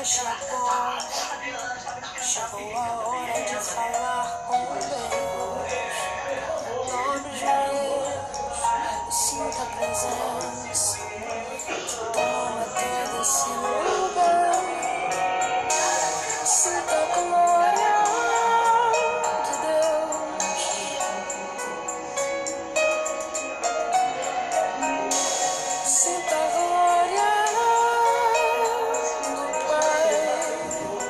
feche a porta. Chegou a hora de falar com Deus. Dobre os joelhos, sinta a presença. Toma todo esse lugar. Sinta a glória de Deus. Sinta a glória do Pai.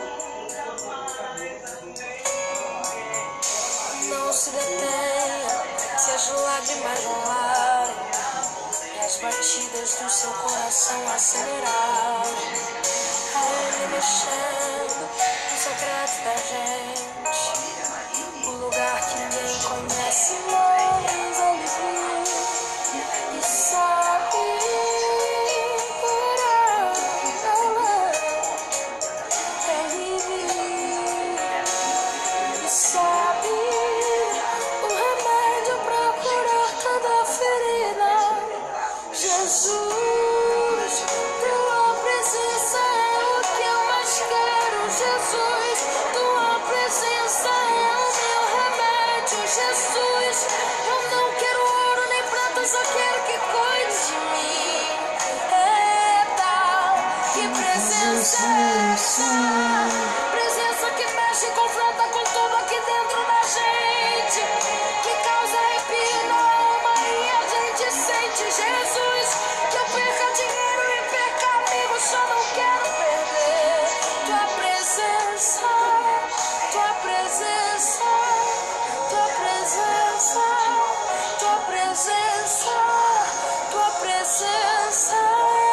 Não se detenha, se as lágrimas rolarem e as batidas do seu coração acelerarem. A Ele mexendo no secreto da gente, o lugar que ninguém conhece, mas Ele viu e sabe curar. Ele viu e sabe o remédio pra curar cada ferida. Jesus, tua presença é o que eu mais quero. Jesus, tua presença é o meu remédio. Jesus, eu não quero ouro nem prata, só quero que cuide de mim. Eita, que presença é essa? Presença que mexe e confronta com tudo aqui dentro da gente, que causa arrepio na alma e a gente sente. Jesus, que eu perca dinheiro e perca amigos, só não quero perder tua presença, tua presença, tua presença, tua presença, tua presença.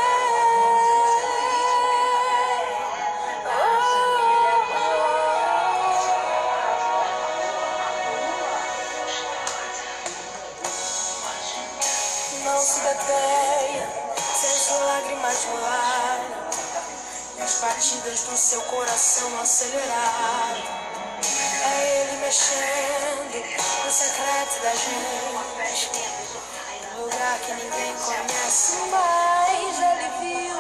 Não se detenha, se as lágrimas rolarem e as batidas do seu coração acelerarem. É Ele mexendo no secreto da gente, um lugar que ninguém conhece, mas Ele viu